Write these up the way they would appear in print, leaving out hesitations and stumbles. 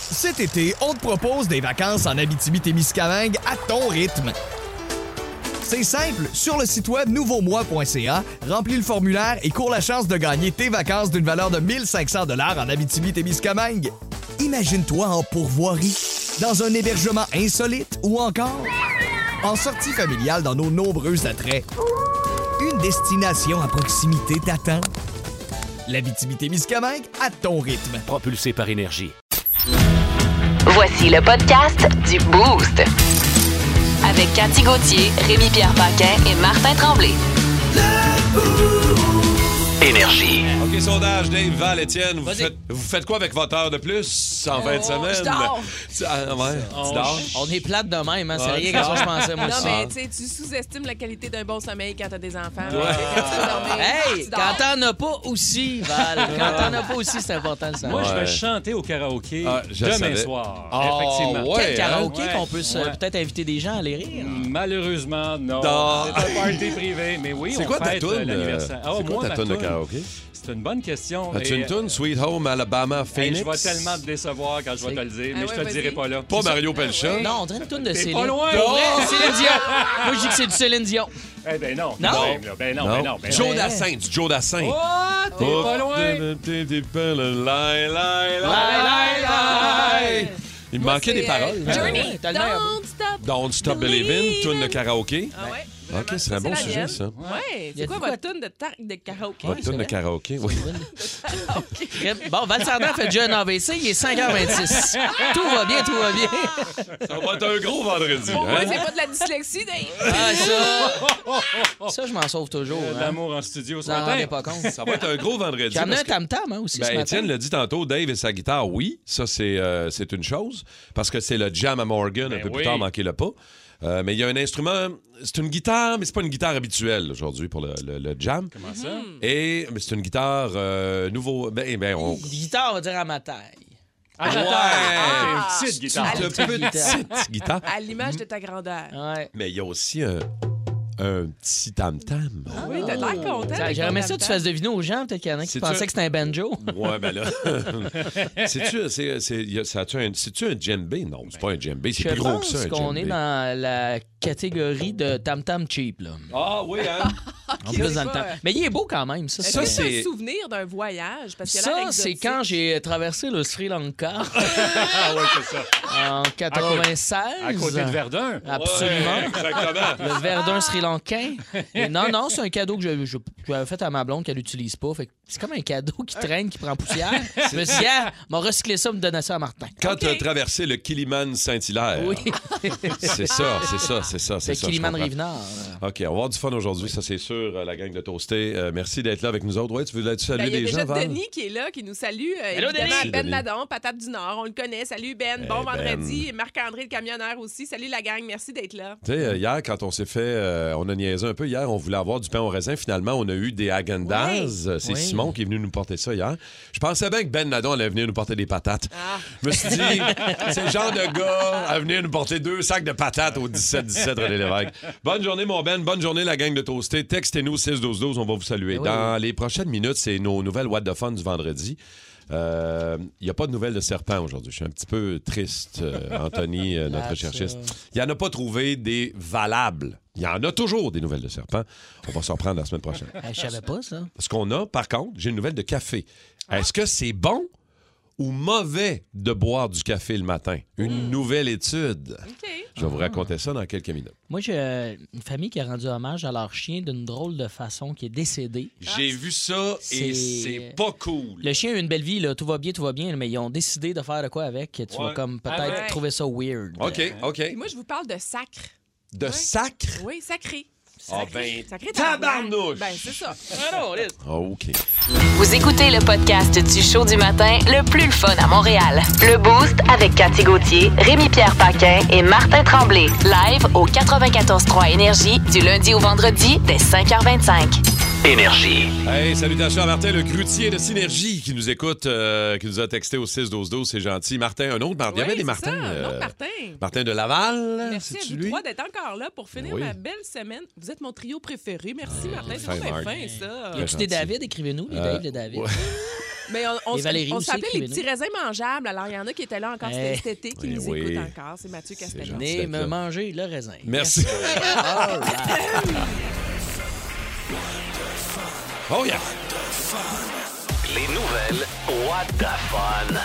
Cet été, on te propose des vacances en Abitibi-Témiscamingue à ton rythme. C'est simple, sur le site web nouveaumois.ca, remplis le formulaire et cours la chance de gagner tes vacances d'une valeur de 1 500 $ en Abitibi-Témiscamingue. Imagine-toi en pourvoirie, dans un hébergement insolite ou encore en sortie familiale dans nos nombreux attraits. Une destination à proximité t'attend. L'Abitibi-Témiscamingue à ton rythme. Propulsé par Énergie. Voici le podcast du Boost. Avec Cathy Gauthier, Rémi-Pierre Paquin et Martin Tremblay. Énergie. OK, sondage, Dave, Val, Étienne, vous faites quoi avec votre heure de plus en fin de semaine? Je dors. Tu dors? On est plate de même, hein? C'est rien que ça je pensais, moi Non, aussi. mais tu sais, tu sous-estimes la qualité d'un bon sommeil quand t'as des enfants. Ouais. Quand tu veux dormir, Hey, tu dors. quand t'en as pas aussi, Val, quand t'en as pas aussi, c'est important de savoir. Moi, je Ouais. vais chanter au karaoké Ah, je demain savais. soir. Ah, Effectivement. ouais. Quel karaoké Ouais. qu'on peut peut-être inviter des gens à aller rire? Malheureusement, non. Non. C'est un party privé, mais oui, C'est on quoi ta fête toune? l'anniversaire. C'est quoi ta toune de karaoké? C'est une bonne question. As-tu et, une toune? Sweet Home Alabama hey, Phoenix? je vais tellement te décevoir quand je vais te le dire, mais je te le vas-y. dirai pas là. Pas Mario Pelchat? Non, on dirait une toune de T'es Céline. pas loin. Pour vrai, Oh! Céline Dion. Moi, je dis que c'est du Céline Dion. Eh ben non. Non? Ben non, ben non, ben non. Joe Dassin, du Joe Dassin. Oh, t'es pas loin. Il me Moi, manquait c'est, des paroles. Journey. Ouais, t'as le meilleur. Don't stop. Don't Stop Believin', toune de karaoké. Ah ouais? OK, c'est un bon sujet, ça. Ouais. Y C'est a quoi de quoi- votre tune de karaoké? Votre toune de vrai. karaoké, oui. Bon, Val Sardin fait déjà un AVC, il est 5h26. Tout va bien, tout va bien. Ça va être un gros vendredi. Pour moi, hein? c'est pas de la dyslexie, Dave. Ah, ça je m'en sauve toujours. Hein. L'amour en studio ce Vous en rendez matin. pas compte. Ça va être un gros vendredi. J'ai amené un parce que- tam-tam hein, aussi ce Ben, matin. Étienne l'a dit tantôt, Dave et sa guitare, oui, ça c'est une chose, parce que c'est le jam à Morgan, un peu plus oui. tard, manquez-le pas. Mais il y a un instrument, c'est une guitare, mais c'est pas une guitare habituelle aujourd'hui pour le jam. Comment ça? Mais c'est une guitare nouveau. On... Guitare, on va dire à ma taille. Ah, j'attends. Ouais. Une petite guitare. Une petite guitare. À l'image de ta grandeur. Ouais. Mais il y a aussi un petit tam-tam. Oui, t'as l'air content. avec J'aurais aimé ton ça que tu tam-tam. fasses deviner aux gens. Peut-être qu'il y en a qui C'est-tu pensaient un- que c'était un banjo. Ouais, ben là. C'est-tu un djembé? Non, c'est pas un djembé. C'est Je plus gros que pense ça, un qu'on djembé. est dans la catégorie de tam-tam cheap. Là. Ah oui, hein? En plus dans le pas, temps. Mais il est beau quand même. Ça, Est-ce Ça, que c'est... c'est c'est- un souvenir d'un voyage? Parce que Ça, c'est quand j'ai traversé le Sri Lanka Ah oui, c'est ça. en 96. À côté de Verdun. Absolument. Ouais, exactement. Le Verdun sri-lankain. Et non, c'est un cadeau que j'avais fait à ma blonde qu'elle n'utilise pas. Fait que c'est comme un cadeau qui traîne, qui prend poussière. Je me suis dit, m'a recyclé ça, me donner ça à Martin. Quand tu as traversé le Kiliman Saint-Hilaire. Oui, C'est ça. c'est je Kiliman comprends. Rivenard. OK, on va avoir du fun aujourd'hui, ça c'est sûr, la gang de Toasté. Merci d'être là avec nous autres. Ouais, tu veux saluer Il y a des déjà gens, Val? Denis qui est là, qui nous salue. Hello, Évidemment, Denis. Ben Denis. Nadon, Patate du Nord, on le connaît. Salut Ben, bon Ben. vendredi. Et Marc-André, le camionneur aussi. Salut la gang, merci d'être là. Tu sais, hier, quand on s'est fait... on a niaisé un peu hier, on voulait avoir du pain au raisin. Finalement, on a eu des Häagen-Dazs. C'est Oui. Simon qui est venu nous porter ça hier. Je pensais bien que Ben Nadon allait venir nous porter des patates. Ah. Je me suis dit, c'est le genre de gars à venir nous porter 2 sacs de patates au 17-17 René Lévesque. Bonne journée, mon Ben. Bonne journée, la gang de Toasté. Textez-nous 6-12-12, on va vous saluer. Oui. Dans les prochaines minutes, c'est nos nouvelles What the Fun du vendredi. Il n'y a pas de nouvelles de serpent aujourd'hui. Je suis un petit peu triste, Anthony, notre Ah, recherchiste. ça. Il n'en a pas trouvé des valables. Il y en a toujours des nouvelles de serpent. On va s'en reprendre la semaine prochaine. Je savais pas ça. Ce qu'on a, par contre, j'ai une nouvelle de café. Est-ce que c'est bon ou mauvais de boire du café le matin? Une nouvelle étude. OK. Je vais vous raconter ça dans quelques minutes. Moi, j'ai une famille qui a rendu hommage à leur chien d'une drôle de façon, qui est décédé. J'ai vu ça et C'est- c'est pas cool. Le chien a eu une belle vie, là. Tout va bien, mais ils ont décidé de faire de quoi avec. Tu vas Ouais. comme peut-être Ah ouais. trouver ça weird. OK, OK. Et moi, je vous parle de sacre. De Ouais. sacre? Oui, sacré. Ah Sacré. ben, Sacré tabarnouche! Ben, c'est ça. OK. Vous écoutez le podcast du show du matin le plus le fun à Montréal. Le Boost avec Cathy Gauthier, Rémi-Pierre Paquin et Martin Tremblay. Live au 94.3 Énergie du lundi au vendredi dès 5h25. Énergie. Hey, salutations à Martin, le grutier de Synergie qui nous écoute, qui nous a texté au 6-12-12. C'est gentil. Martin, un autre Martin. Il y avait des Martins. Non, Martin. Martin de Laval. Merci à c'est-tu vous lui? trois d'être encore là pour finir Oui. ma belle semaine. Vous êtes mon trio préféré. Merci, Martin. C'est fin, très Marc. fin, ça. Y a-tu gentil. des David? Écrivez-nous, les Dave, les David. ouais. Mais on Et Valérie aussi, s'appelait les écrivez-nous. petits raisins mangeables. Alors, il y en a qui étaient là encore Eh. cet été, qui Oui, nous oui. écoutent encore. C'est Mathieu Castagnol. gentil. Venez d'être me là. manger le raisin. Merci. All right. Oh yeah! Les nouvelles What the Fun.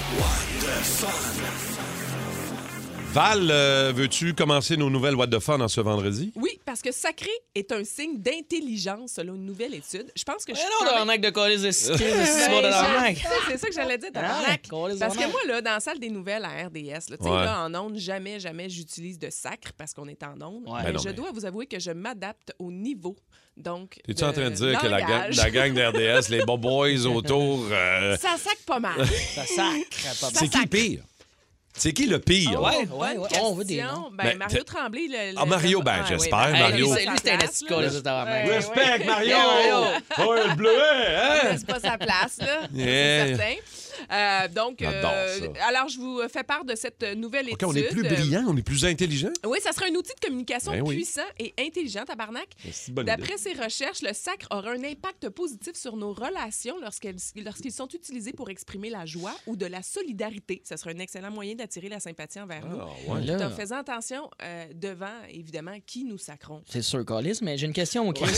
Val, veux-tu commencer nos nouvelles What the Fun en ce vendredi? Oui, parce que sacré est un signe d'intelligence, selon une nouvelle étude. Je pense que je Mais suis non, quand même- l'arnaque de colis de ski, de Ben, ciment de l'arnaque. c'est ça que j'allais dire, tabarnak. colis de Parce que l'arnaque. moi, là, dans la salle des nouvelles à RDS, là, tu sais, Ouais. là, en ondes, jamais j'utilise de sacre parce qu'on est en ondes. Ouais. Mais Ben non, je mais- dois vous avouer que je m'adapte au niveau. Donc, Es-tu en train de dire que langage. la gang d'RDS, les boys autour, Ça sacre pas mal. Ça sacre pas mal. c'est qui le pire? C'est qui le pire? Ouais, Bonne ouais, ouais. On veut des question. noms. Ben, Ben, Mario t'es- Tremblay. Ah, Mario, ben, ouais, j'espère, ouais, Mario. il Lui, laisse pas c'était sa un place, esti de là. colis de tabarnak. Ouais, Respect, Mario! Mario! Oh, le bleuet, Il hein? laisse pas sa place, là. Yeah. C'est certain. Donc, J'adore ça. alors, je vous fais part de cette nouvelle OK, étude. on est plus brillant, on est plus intelligent. Oui, ça sera un outil de communication Ben oui. puissant et intelligent, tabarnak. C'est une bonne idée. D'après ces recherches, le sacre aura un impact positif sur nos relations lorsqu'ils sont utilisés pour exprimer la joie ou de la solidarité. Ça sera un excellent moyen d'attirer la sympathie envers nous. Ah, ouais. Là, Tout en faisant attention devant, évidemment, qui nous sacrons. c'est sûr, colis, mais j'ai une question, Chris.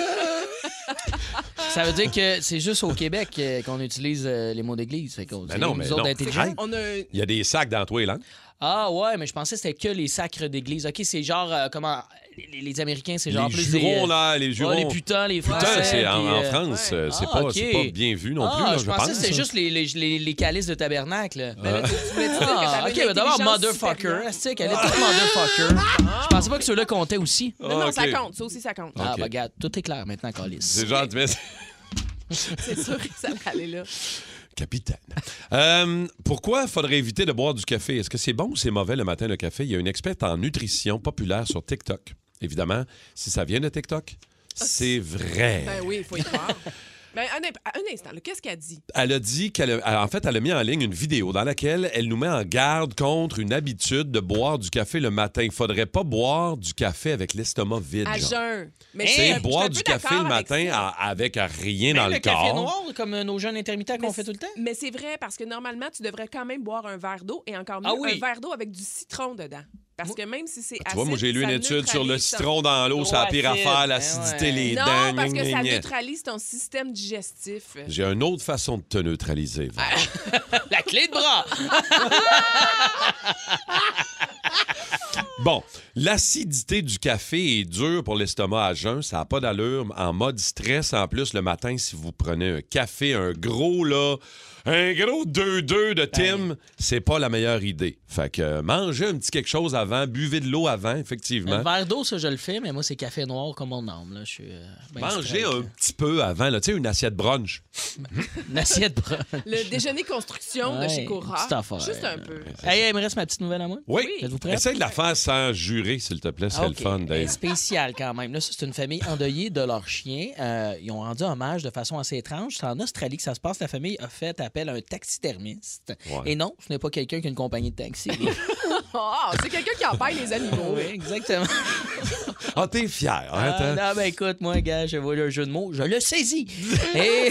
Ça veut dire que c'est juste au Québec qu'on utilise les mots d'église. Fait qu'on Ben non, nous mais autres non. intelligents. Hey. On a un- Il y a des sacs dans toi, là. Ah ouais, mais je pensais que c'était que les sacres d'église. OK, c'est genre, comment... Les Américains, c'est genre Les plus jurons, des... là, les jurons. les putins, les Putain, français. c'est en, puis, en France, ouais. c'est Ah, pas, OK. c'est pas bien vu non plus, là, je pensais pense. que c'était juste les calices de tabernacle. Ben là, tu voulais dire que Ah, t'avais OK, une mais d'abord, intelligence motherfucker. supérieure. Tu sais qu'elle est toute motherfucker. Je pensais pas que ceux-là comptaient aussi. Non, non, OK. ça compte. Ça aussi, ça compte. Ah, OK. bah, regarde, tout est clair maintenant, Calis. C'est genre, mais- C'est sûr que ça va aller là. Capitaine. Pourquoi faudrait éviter de boire du café? Est-ce que c'est bon ou c'est mauvais le matin, le café? Il y a une experte en nutrition populaire sur TikTok. Évidemment, si ça vient de TikTok, c'est vrai. Ben oui, il faut y croire. Ben, un instant, là, qu'est-ce qu'elle dit? Elle a dit qu'elle a mis en ligne une vidéo dans laquelle elle nous met en garde contre une habitude de boire du café le matin. Il faudrait pas boire du café avec l'estomac vide. À genre. jeun. Mais C'est je suis boire un du peu café d'accord le avec matin ça. avec rien dans Même le le café corps. noir, comme nos jeunes intermittents qu'on fait tout le temps. Mais c'est vrai, parce que normalement, tu devrais quand même boire un verre d'eau et encore mieux, Ah oui. un verre d'eau avec du citron dedans. Parce que même si c'est Tu vois, moi, j'ai lu une étude sur le citron. citron dans l'eau, c'est la pire acide. affaire, Ben l'acidité, ouais. les Non, dents. parce gna, que gna, ça gna. neutralise ton système digestif. J'ai une autre façon de te neutraliser. Val. La clé de bras! Bon, l'acidité du café est dure pour l'estomac à jeun. Ça n'a pas d'allure. En mode stress, en plus, le matin, si vous prenez un café, un gros 2-2 de Tim, c'est pas la meilleure idée. Fait que mangez un petit quelque chose avant, buvez de l'eau avant, effectivement. Un verre d'eau, ça, je le fais, mais moi, c'est café noir comme mon âme. Là. Je suis ben Mangez straight, un là. petit peu avant, là, tu sais, une assiette brunch. Une assiette brune. Le déjeuner construction de Ouais, chez Cora. petite affaire. Juste un peu. Hey, il me reste ma petite nouvelle à moi. Oui, Êtes-vous prêts? essaye de la faire sans jurer, s'il te plaît, c'est Ah, le fun, Dave. Spécial quand même. Là, ça, c'est une famille endeuillée de leur chien. Ils ont rendu hommage de façon assez étrange. C'est en Australie que ça se passe. La famille a fait appel à un taxidermiste. Ouais. Et non, ce n'est pas quelqu'un qui a une compagnie de taxi. Ah, c'est quelqu'un qui empaille les animaux. oui, exactement. Ah, t'es fier, hein? Ah, non, ben écoute, moi, gars, je vois le jeu de mots, je le saisis. Et...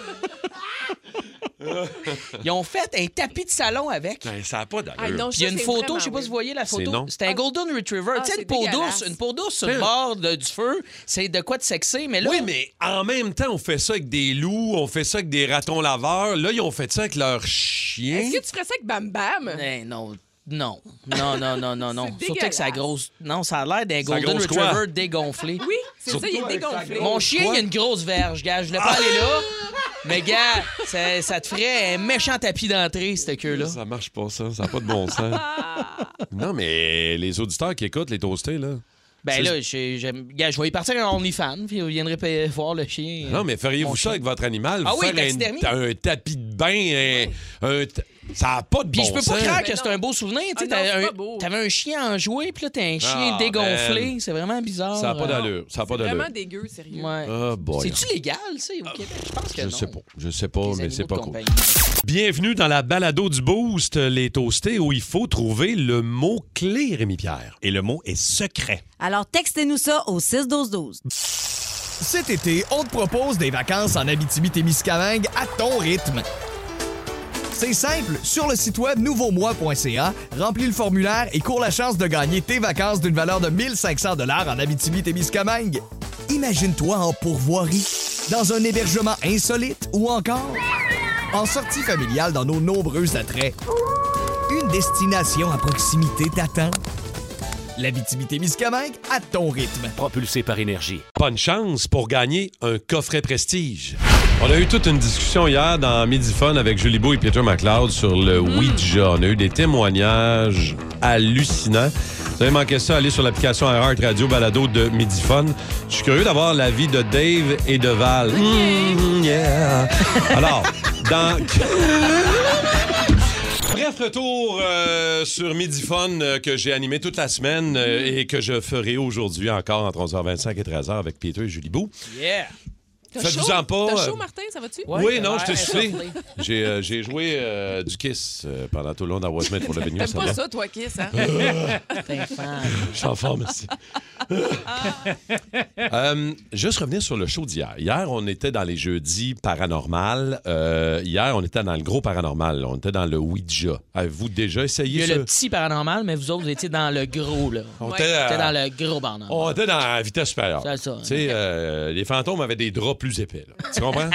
Ils ont fait un tapis de salon avec. Ben, ça n'a pas Ah, d'allure. non, Puis il y a ça, une c'est photo, vraiment je sais pas si vous voyez la C'est photo. non. C'était un Golden Retriever. Ah, Tu sais, c'est une peau dégueulasse. douce. Une peau douce sur le bord du feu. C'est de quoi de sexy, mais là. Oui, mais en même temps, on fait ça avec des loups, on fait ça avec des ratons laveurs. Là, ils ont fait ça avec leurs chiens. Est-ce que tu ferais ça avec Bam Bam? Eh, non. Non. Non, non, non, non, non. C'est Surtout que sa dégueulasse. grosse. Non, ça a l'air d'un Sa Golden grosse quoi? Retriever dégonflé. Oui, c'est ça, il est dégonflé. Mon chien, il a une grosse verge, gars. Je voulais pas aller là. Mais, gars, ça te ferait un méchant tapis d'entrée, cette queue-là. Ça marche pas, ça. Ça n'a pas de bon sens. Non, mais les auditeurs qui écoutent les toastés, là. Ben là, gars, je vais y partir un OnlyFans, puis vous viendrez voir le chien. Non, mais feriez-vous Mon ça chien. avec votre animal? Ah oui, Faire taxidermie. un tapis de bain, ça n'a pas de Puis bon je peux sens. pas croire Mais que c'est non. un beau souvenir. Tu sais, Ah non, c'est t'avais pas beau. t'avais un chien enjoué, puis là, t'as un chien Ah, dégonflé. man. C'est vraiment bizarre. Ça n'a pas d'allure. Ça n'a pas C'est d'allure. vraiment dégueu, sérieux. Ouais. Ah, boy. C'est-tu légal, ça, au Québec? Je pense que Je non. sais pas. Je sais pas, Les mais c'est animaux pas de cool. compagnie. Bienvenue dans la balado du Boost, les toastés, où il faut trouver le mot-clé, Rémi-Pierre. Et le mot est secret. Alors, textez-nous ça au 6-12-12. Cet été, on te propose des vacances en Abitibi-Témiscamingue à ton rythme. C'est simple, sur le site web nouveaumois.ca, remplis le formulaire et cours la chance de gagner tes vacances d'une valeur de 1 500 $ en Abitibi-Témiscamingue. Imagine-toi en pourvoirie, dans un hébergement insolite ou encore en sortie familiale dans nos nombreux attraits. Une destination à proximité t'attend. L'Abitibi-Témiscamingue à ton rythme. Propulsé par Énergie. Bonne chance pour gagner un coffret Prestige. On a eu toute une discussion hier dans Midi Fun avec Julie Beau et Peter McLeod sur le Ouija. On a eu des témoignages hallucinants. Vous avez manqué ça, allez sur l'application iHeart Radio Balado de Midi Fun. Je suis curieux d'avoir l'avis de Dave et de Val. Yeah. Alors, bref, retour sur Midi Fun que j'ai animé toute la semaine et que je ferai aujourd'hui encore entre 11h25 et 13h avec Peter et Julie Beau. Yeah! Faites-vous-en pas. T'as chaud, Martin? Ça va-tu? Oui, non, je te suis. J'ai joué du Kiss pendant tout le long dans Westmead pour le venue. T'aimes pas ça, toi, Kiss, hein? T'es fan. Je suis en forme, merci. Juste revenir sur le show d'hier. Hier, on était dans les jeudis paranormal. Hier, on était dans le gros paranormal. On était dans le Ouija. Avez-vous déjà essayé ça? Il y a le petit paranormal, mais vous autres, vous étiez dans le gros, là. On Ouais. était dans le gros paranormal. On était dans la vitesse supérieure. C'est ça. Tu sais, les fantômes avaient des draps plus épais. Là. Tu comprends?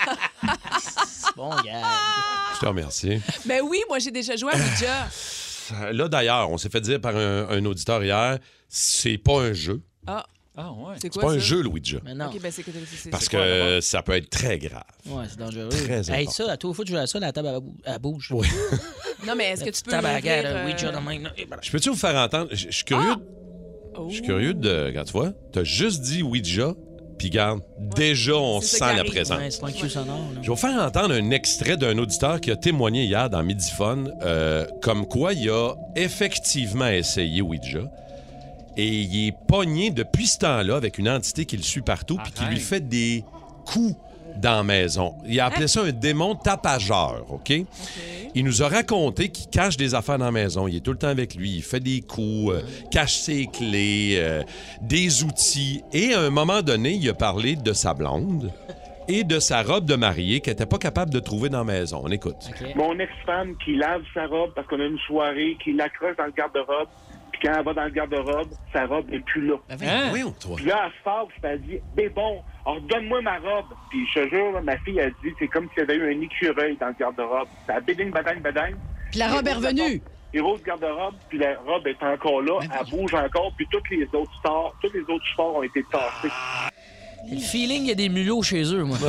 Bon, gars. Je te remercie. Ben oui, moi, j'ai déjà joué à Ouija. Là, d'ailleurs, on s'est fait dire par un auditeur hier, c'est pas un jeu. Ah, Ah, ouais. c'est C'est quoi pas ça? un jeu, le Ouija. Mais non. OK, ben c'est Parce quoi, que ça peut être très grave. Ouais, c'est dangereux. Très Hey, important. ça, à tout fois que je joue à ça, la table, elle bouge. Oui. Non, mais est-ce La que tu petite peux table à la l'ouvrir, guerre, Ouija, de même, là. Et voilà. Je peux-tu vous faire entendre? Je suis curieux. Oh. Je suis curieux de. Quand tu vois, t'as juste dit Ouija, puis garde, déjà, on C'est ça sent qui la arrive. présence. Ouais, c'est un cue sonore, là. Je vais vous faire entendre un extrait d'un auditeur qui a témoigné hier dans Midi Fun, comme quoi il a effectivement essayé Ouija. Et il est pogné depuis ce temps-là avec une entité qui le suit partout puis qui lui fait des coups dans la maison. Il a appelé ça un démon tapageur, OK? Il nous a raconté qu'il cache des affaires dans la maison. Il est tout le temps avec lui. Il fait des coups, cache ses clés, des outils. Et à un moment donné, il a parlé de sa blonde et de sa robe de mariée qu'elle n'était pas capable de trouver dans la maison. On écoute. OK. Mon ex-femme qui lave sa robe parce qu'on a une soirée, qui l'accroche dans le garde-robe, puis quand elle va dans le garde-robe, sa robe n'est plus là. Hein? Oui, toi. Puis là, elle se fâche, puis elle dit « Mais bon, alors donne-moi ma robe. » Puis je te jure, là, ma fille a dit c'est comme s'il y avait eu un écureuil dans le garde-robe. Ça a béding, badang, badang. Puis la robe est revenue. Il rose le garde-robe, puis la robe est encore là, elle bouge encore, puis tous les autres stores ont été tassés. Le feeling, il y a des mulots chez eux, moi.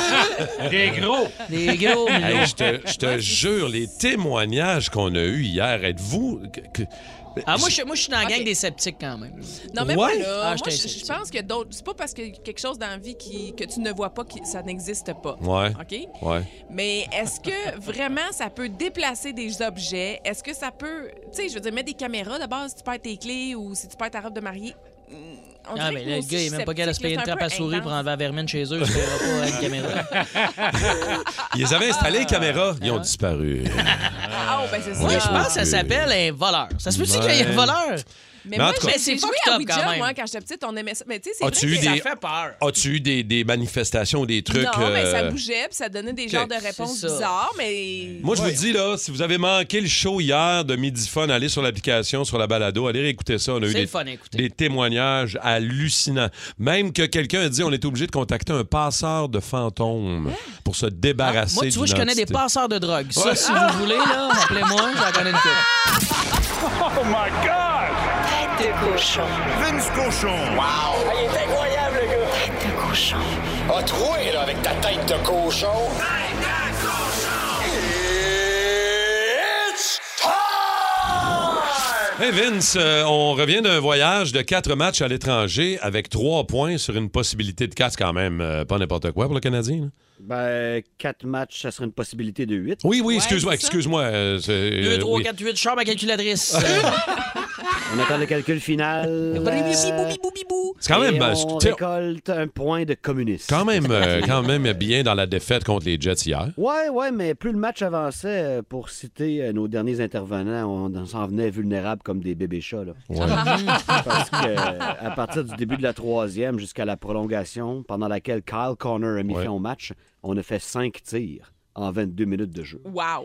Des gros. Des gros mulots. Hey, je te jure, les témoignages qu'on a eus hier, êtes-vous... Ah, moi, je suis dans la gang OK. des sceptiques quand même. Non, mais Ouais. moi, là, Ah, moi, je je t'insulte. pense que d'autres... C'est pas parce que quelque chose dans la vie que tu ne vois pas que ça n'existe pas. Ouais. OK? Ouais. Mais est-ce que vraiment ça peut déplacer des objets? Est-ce que ça peut... Tu sais, je veux dire, mettre des caméras d'abord si tu perds tes clés ou si tu perds ta robe de mariée. On Ah, dirait mais que moi le aussi, gars, il je est suis même pas capable de se payer une sceptique, trappe à là, c'est un peu souris pour intense. enlever la vermine chez eux. Je verra pas à une caméra. Ils avaient installé les caméras, ils ont ouais. disparu. Ah, ben c'est ça. Moi, je pense que ça s'appelle un voleur. Ça se peut-tu qu'il y ait un voleur? Mais Mais en moi, tout cas- j'ai c'est joué fucked à up, Ouija, quand même. moi, quand j'étais petite, on aimait ça. Mais tu sais, c'est As-tu vrai eu que des- Ça fait peur. As-tu eu des manifestations, des trucs... Non, mais ça bougeait, puis ça donnait des genres de réponses C'est ça. bizarres, mais... Moi, je vous dis, là, si vous avez manqué le show hier de Midi Fun, allez sur l'application, sur la balado, allez réécouter ça. On a eu C'est le fun à écouter. des témoignages hallucinants. Même que quelqu'un a dit on est obligé de contacter un passeur de fantômes pour se débarrasser Moi, tu vois, je connais des entité. passeurs de drogue. Ça, si vous voulez, là, appelez-moi, j'en connais une couple. Oh my God! Tête de cochon. Vince Cochon. Wow! il est incroyable, le gars! Tête de cochon. A troué, là, avec ta tête de cochon. Tête de cochon! It's time! Hey Vince, on revient d'un voyage de 4 matchs à l'étranger avec 3 points sur une possibilité de 4, quand même pas n'importe quoi pour le Canadien. Là. Ben, 4 matchs, ça serait une possibilité de 8. Oui, Ouais, excuse-moi, c'est ça. excuse-moi. 2, 3, oui. 4, 8, je sors ma calculatrice. On attend le calcul final. Bibou, bibou, bibou. C'est quand même... Et on récolte un point de communiste. Quand même bien dans la défaite contre les Jets hier. Ouais, mais plus le match avançait, pour citer nos derniers intervenants, on s'en venait vulnérables comme des bébés chats. Là. Ouais. Parce qu'à partir du début de la troisième jusqu'à la prolongation, pendant laquelle Kyle Connor a mis fin au match, on a fait 5 tirs en 22 minutes de jeu. Wow!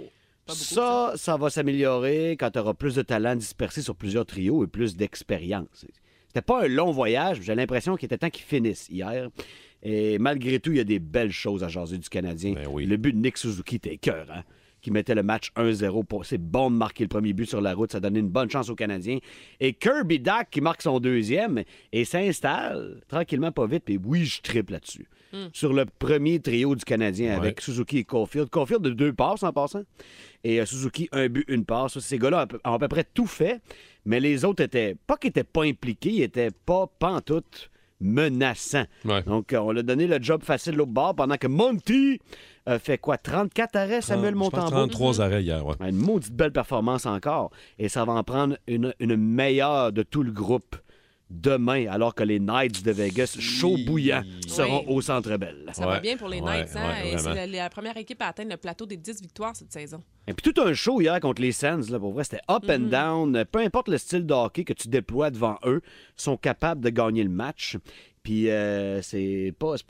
Ça va s'améliorer quand tu auras plus de talent dispersé sur plusieurs trios et plus d'expérience. C'était pas un long voyage, j'ai l'impression qu'il était temps qu'il finisse hier. Et malgré tout, il y a des belles choses à jaser du Canadien. Ben oui. Le but de Nick Suzuki était écœurant, qui mettait le match 1-0. C'est bon de marquer le premier but sur la route, ça donnait une bonne chance aux Canadiens. Et Kirby Dach qui marque son deuxième et s'installe tranquillement, pas vite. Puis oui, je triple là-dessus. Sur le premier trio du Canadien avec Suzuki et Caulfield. Caulfield de 2 passes en passant. Et Suzuki, 1 but, 1 passe. Ces gars-là ont à peu près tout fait, mais les autres étaient, pas qu'ils n'étaient pas impliqués, ils n'étaient pas pantoute menaçants. Ouais. Donc, on leur a donné le job facile de l'autre bord pendant que Monty fait quoi? 34 arrêts, Samuel Montembeault? 33 arrêts hier, ouais. Une maudite belle performance encore. Et ça va en prendre une meilleure de tout le groupe demain, alors que les Knights de Vegas, chaud bouillant, seront au Centre Bell. Ça va bien pour les Knights, hein? Et c'est la première équipe à atteindre le plateau des 10 victoires cette saison. Et puis tout un show hier contre les Sens, là, pour vrai, c'était up and down. Peu importe le style de hockey que tu déploies devant eux, sont capables de gagner le match. Puis c'est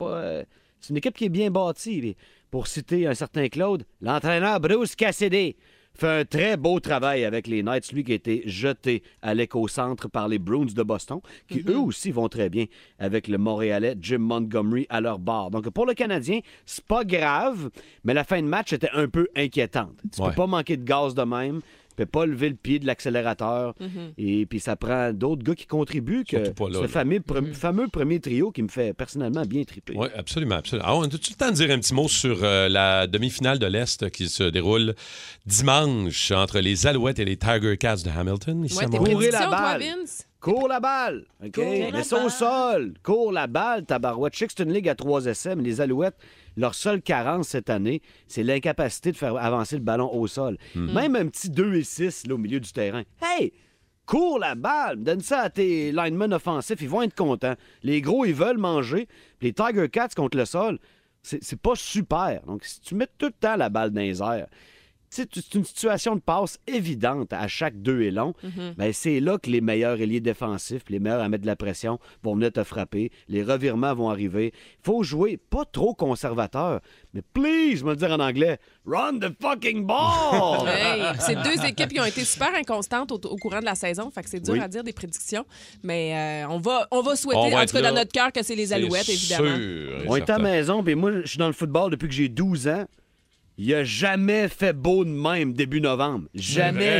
une équipe qui est bien bâtie. Pour citer un certain Claude, l'entraîneur Bruce Cassidy fait un très beau travail avec les Knights, lui qui a été jeté à l'éco-centre par les Bruins de Boston, qui eux aussi vont très bien avec le Montréalais Jim Montgomery à leur bord. Donc pour le Canadien, c'est pas grave, mais la fin de match était un peu inquiétante. Tu peux pas manquer de gaz de même. Tu peux pas lever le pied de l'accélérateur. Et puis ça prend d'autres gars qui contribuent que ce fameux premier trio qui me fait personnellement bien triper. Oui, absolument. Alors, on a tout le temps de dire un petit mot sur la demi-finale de l'Est qui se déroule dimanche entre les Alouettes et les Tiger Cats de Hamilton. Ici à Montréal. Courez la balle! Cours la balle! OK? Mets ça au sol! Cours la balle, tabarouette. Je sais que c'est une ligue à 3 essais, mais les Alouettes, leur seule carence cette année, c'est l'incapacité de faire avancer le ballon au sol. Même un petit 2-6 là, au milieu du terrain. Hey! Cours la balle! Donne ça à tes linemen offensifs, ils vont être contents. Les gros, ils veulent manger. Puis les Tiger Cats contre le sol, c'est pas super. Donc, si tu mets tout le temps la balle dans les airs, c'est une situation de passe évidente à chaque 2 et long. Ben, c'est là que les meilleurs ailiers défensifs, les meilleurs à mettre de la pression, vont venir te frapper. Les revirements vont arriver. Il faut jouer pas trop conservateur, mais please, je vais le dire en anglais, run the fucking ball! Hey, c'est 2 équipes qui ont été super inconstantes au courant de la saison, fait que c'est dur à dire des prédictions, mais on va souhaiter, en tout cas dans notre cœur, que c'est les Alouettes, évidemment. On est à la maison, puis moi, je suis dans le football depuis que j'ai 12 ans. Il a jamais fait beau de même début novembre. Jamais.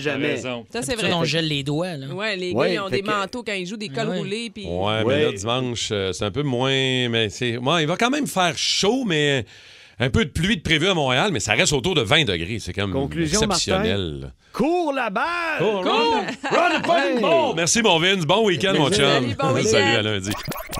Ça, c'est vrai. On gèle les doigts. Là. Ouais, les gars, ils ont des manteaux quand ils jouent, des cols roulés. Puis... mais là, dimanche, c'est un peu moins... Mais il va quand même faire chaud, mais un peu de pluie de prévu à Montréal, mais ça reste autour de 20 degrés. C'est comme exceptionnel. Martin, cours la balle! Run the fucking ball! Merci, mon Vince. Bon week-end, mon chum. Salut, à lundi.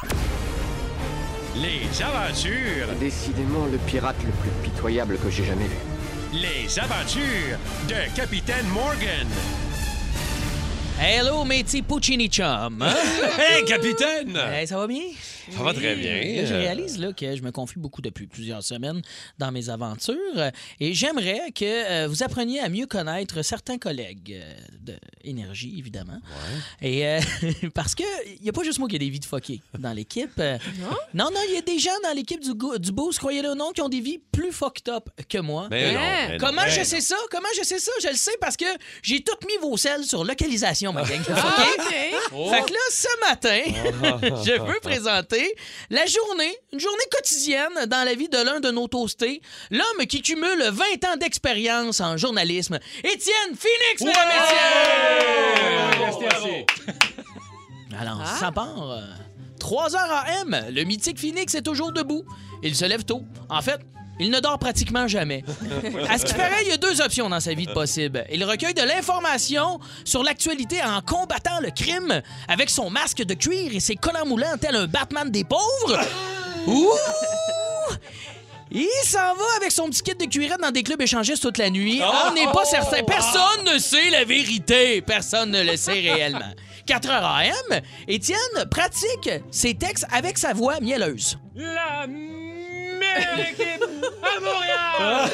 Les aventures. Décidément le pirate le plus pitoyable que j'ai jamais vu. Les aventures de Capitaine Morgan. Hello, mes petits Puccini chum. Hein? Hey, capitaine! Hey, ça va bien? Ça va très bien. Je réalise là, que je me confie beaucoup depuis plusieurs semaines dans mes aventures et j'aimerais que vous appreniez à mieux connaître certains collègues d'énergie, évidemment. Ouais. Et parce que il n'y a pas juste moi qui ai des vies de fuckés dans l'équipe. Non, il y a des gens dans l'équipe du Boost, croyez-le ou non, qui ont des vies plus fucked up que moi. Comment je sais ça? Je le sais parce que j'ai tout mis vos selles sur localisation, ma gang. Fait que là, ce matin, je veux présenter une journée quotidienne dans la vie de l'un de nos toastés, l'homme qui cumule 20 ans d'expérience en journalisme, Étienne Phoenix, mesdames et messieurs! Alors, ça part. 3h AM, le mythique Phoenix est toujours debout. Il se lève tôt. En fait, il ne dort pratiquement jamais. À ce qui paraît, il y a 2 options dans sa vie de possible. Il recueille de l'information sur l'actualité en combattant le crime avec son masque de cuir et ses collants moulants tel un Batman des pauvres. Ouh! Il s'en va avec son petit kit de cuirette dans des clubs échangistes toute la nuit. On n'est pas certain. Personne ne sait la vérité. Personne ne le sait réellement. 4h AM, Étienne pratique ses textes avec sa voix mielleuse. La meilleure équipe à Montréal!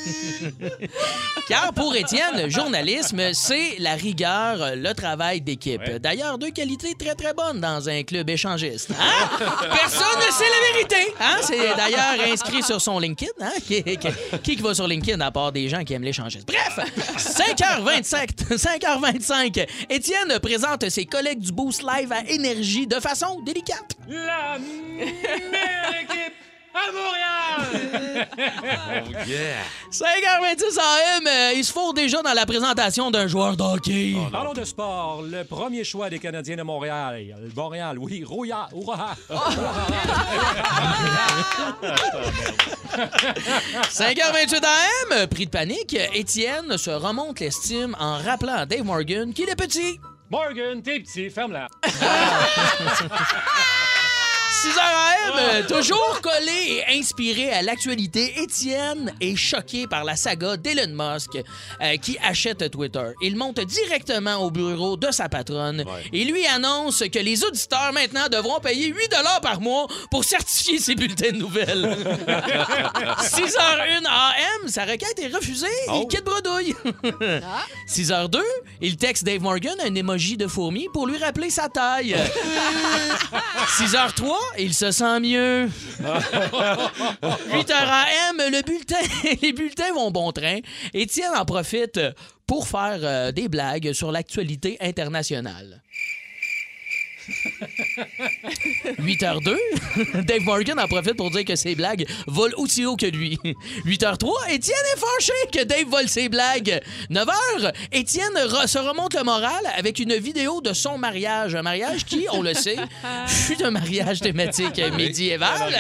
Car pour Étienne, le journalisme, c'est la rigueur, le travail d'équipe. Ouais. D'ailleurs, 2 qualités très, très bonnes dans un club échangiste. Hein? Personne ne sait la vérité. Hein? C'est d'ailleurs inscrit sur son LinkedIn. Hein? Qui va sur LinkedIn à part des gens qui aiment l'échangiste? Bref, 5h25, Étienne présente ses collègues du Boost Live à Énergie de façon délicate. La meilleure équipe à Montréal! Oh, yeah. 5h26 AM, il se fourre déjà dans la présentation d'un joueur de hockey. Parlons de sport. Le premier choix des Canadiens de Montréal. Montréal, oui. Rouya, hurrah! 5h28 AM, pris de panique, Étienne se remonte l'estime en rappelant à Dave Morgan qu'il est petit. Morgan, t'es petit, ferme-la. 6h AM, toujours collé et inspiré à l'actualité, Étienne est choqué par la saga d'Elon Musk qui achète Twitter. Il monte directement au bureau de sa patronne et lui annonce que les auditeurs maintenant devront payer 8 $ par mois pour certifier ses bulletins de nouvelles. 6h01 AM, sa requête est refusée. Il quitte bredouille. 6h02, il texte Dave Morgan un emoji de fourmi pour lui rappeler sa taille. 6h03, il se sent mieux. 8h AM, les bulletins vont bon train. Étienne en profite pour faire des blagues sur l'actualité internationale. 8h02, Dave Morgan en profite pour dire que ses blagues volent aussi haut que lui. 8h03, Étienne est fâché que Dave vole ses blagues. 9h, Étienne se remonte le moral avec une vidéo de son mariage. Un mariage qui, on le sait, fut un mariage thématique médiéval.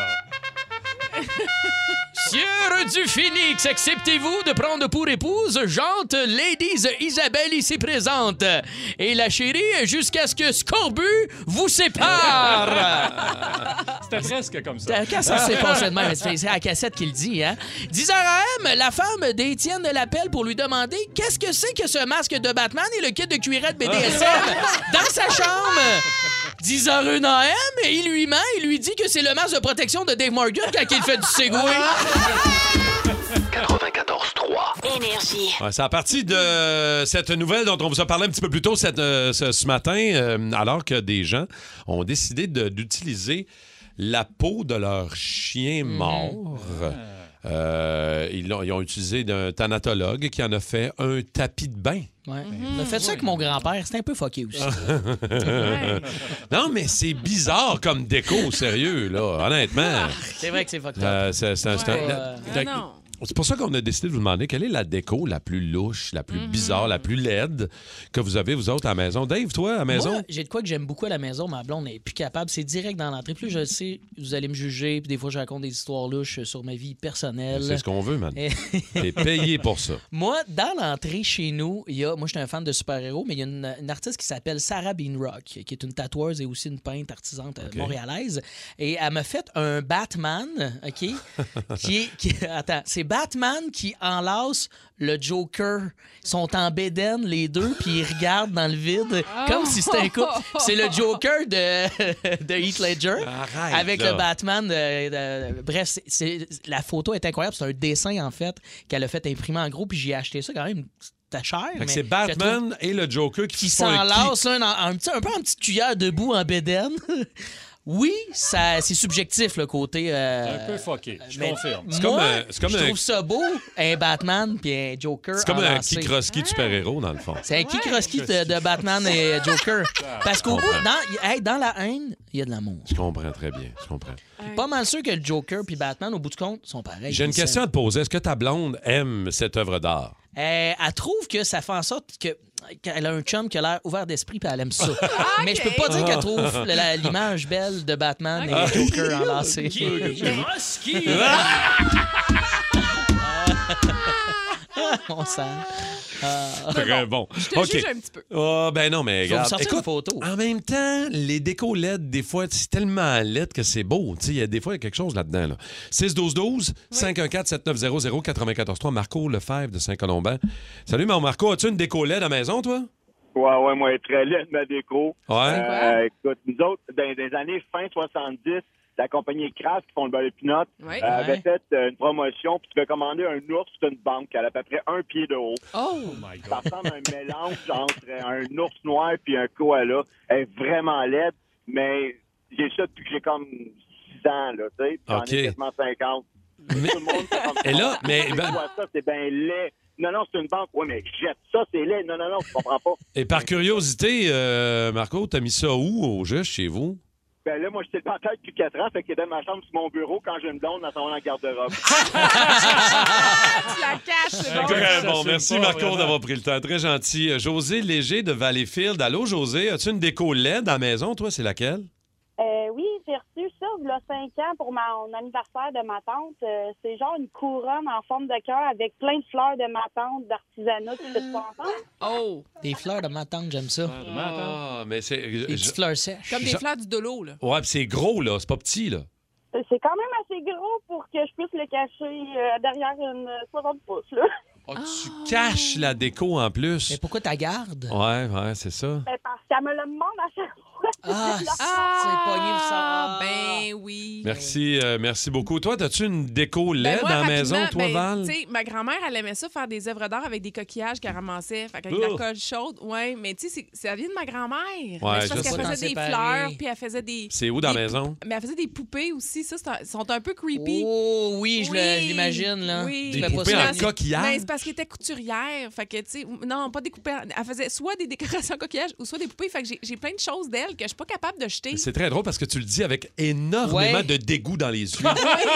Sieur du Phoenix, acceptez-vous de prendre pour épouse Jante Ladies Isabelle ici présente et la chérie jusqu'à ce que Scorbut vous sépare? C'était presque comme ça. Ça s'est passé de même. C'est à la cassette qu'il dit, hein? 10h AM, la femme d'Étienne l'appelle pour lui demander qu'est-ce que c'est que ce masque de Batman et le kit de cuirette BDSM dans sa chambre. 10h01 AM, il lui ment, il lui dit que c'est le masque de protection de Dave Morgan quand il fait du Segway. 94.3 Énergie. Ouais, c'est à partir de cette nouvelle dont on vous a parlé un petit peu plus tôt ce matin, alors que des gens ont décidé d'utiliser la peau de leur chien mort. Ils ont utilisé d'un thanatologue qui en a fait un tapis de bain. Ouais. On a fait ça avec mon grand-père. C'était un peu fucké aussi. Non, mais c'est bizarre comme déco, sérieux, là, honnêtement. C'est vrai que c'est fucké. C'est pour ça qu'on a décidé de vous demander quelle est la déco la plus louche, la plus bizarre, la plus laide que vous avez, vous autres, à la maison. Dave, toi, à la maison? Moi, j'ai de quoi que j'aime beaucoup à la maison. Ma blonde n'est plus capable. C'est direct dans l'entrée. Plus je le sais, vous allez me juger. Puis des fois, je raconte des histoires louches sur ma vie personnelle. C'est ce qu'on veut, man. T'es payé pour ça. Moi, dans l'entrée chez nous, moi, je suis un fan de super-héros, mais il y a une artiste qui s'appelle Sarah Beanrock, qui est une tatoueuse et aussi une peintre artisante montréalaise. Et elle m'a fait un Batman, OK? Attends, c'est Batman qui enlace le Joker. Ils sont en bédaine, les deux, puis ils regardent dans le vide comme si c'était un couple. C'est le Joker de Heath Ledger avec le Batman. Bref, la photo est incroyable. C'est un dessin, en fait, qu'elle a fait imprimer en gros, puis j'ai acheté ça quand même. C'était cher. Fait que c'est Batman et le Joker qui s'enlacent un peu en petite cuillère debout en bédaine. Oui, c'est subjectif, le côté... un peu fucké, je confirme. Je trouve ça beau, un Batman puis un Joker. C'est comme un Kikroski de super-héros, dans le fond. C'est un Kikroski de Batman et Joker. Parce qu'au bout, dans la haine, il y a de l'amour. Je comprends très bien, je comprends. Pas mal sûr que le Joker puis Batman, au bout du compte, sont pareils. J'ai une question à te poser. Est-ce que ta blonde aime cette œuvre d'art? Elle trouve que ça fait en sorte qu'elle a un chum qui a l'air ouvert d'esprit puis elle aime ça. Mais je peux pas dire qu'elle trouve l'image belle de Batman et Joker enlacés. On sent. Très bon. Je te juge un petit peu. Ben non, mais regarde. Écoute, une photo. En même temps, les décos LED, des fois, c'est tellement LED que c'est beau. Des fois, il y a quelque chose là-dedans. Là. 6-12-12, 514-7900-943, Marco Lefebvre de Saint-Colomban. Salut, mon Marco. As-tu une déco LED à la maison, toi? Ouais, moi, elle est très laide, ma déco. Ouais. Écoute, nous autres, dans les années fin 70, la compagnie Kraft, qui font le beurre de pinot, Ouais. avait fait une promotion, puis tu peux commander un ours d'une banque, elle a à peu près 1 pied de haut. Oh! Ça ressemble à un mélange entre un ours noir puis un koala. Elle est vraiment laide, mais j'ai ça depuis que j'ai comme 6 ans, là, tu sais. J'en ai quasiment 50. Tout le monde fait comme Et là, mais... ça, c'est bien laid. Non, c'est une banque. Oui, mais jette ça, c'est laid. Non, je comprends pas. Et par curiosité, Marco, t'as mis ça où, au juste, chez vous? Ben là, moi, j'étais le tête depuis 4 ans, fait qu'il était dans ma chambre sur mon bureau quand j'ai une blonde dans son garde-robe. Tu la caches, c'est bon. Très bon. Merci, Marco, d'avoir pris le temps. Très gentil. José Léger de Valleyfield. Allô, José, as-tu une déco LED à la maison, toi? C'est laquelle? Oui, j'ai reçu ça il y a 5 ans pour mon anniversaire de ma tante. C'est genre une couronne en forme de cœur avec plein de fleurs de ma tante, d'artisanat, tout fait ça ensemble. Oh! Des fleurs de ma tante, j'aime ça. Ah, mais c'est... Des petites fleurs sèches. Comme des fleurs du dolo, là. Ouais, puis c'est gros, là. C'est pas petit, là. C'est quand même assez gros pour que je puisse le cacher derrière une 60 pouces, là. Oh, tu caches la déco en plus. Mais pourquoi t'as garde? Ouais, c'est ça. Ben, parce qu'elle me le demande à chaque fois. C'est pogné le sang. Ben oui. Merci beaucoup. Toi, as-tu une déco LED moi, dans la maison, rapidement, toi, Val? Tu sais, ma grand-mère, elle aimait ça faire des œuvres d'art avec des coquillages qu'elle ramassait, fait avec de la colle chaude. Ouais, mais tu sais, ça vient de ma grand-mère. Ouais, parce qu'elle faisait des fleurs, puis elle faisait des... C'est où dans la maison? Mais elle faisait des poupées aussi. Ça, sont un peu creepy. Oh oui, je l'imagine, là. Oui. Des poupées en coquillage? Ben, c'est parce qu'elle était couturière. Fait que, tu sais, non, pas des coupées. Elle faisait soit des décorations en coquillage ou soit des poupées. Fait que j'ai plein de choses d'elle que je suis pas capable de jeter. C'est très drôle parce que tu le dis avec énormément de dégoût dans les yeux.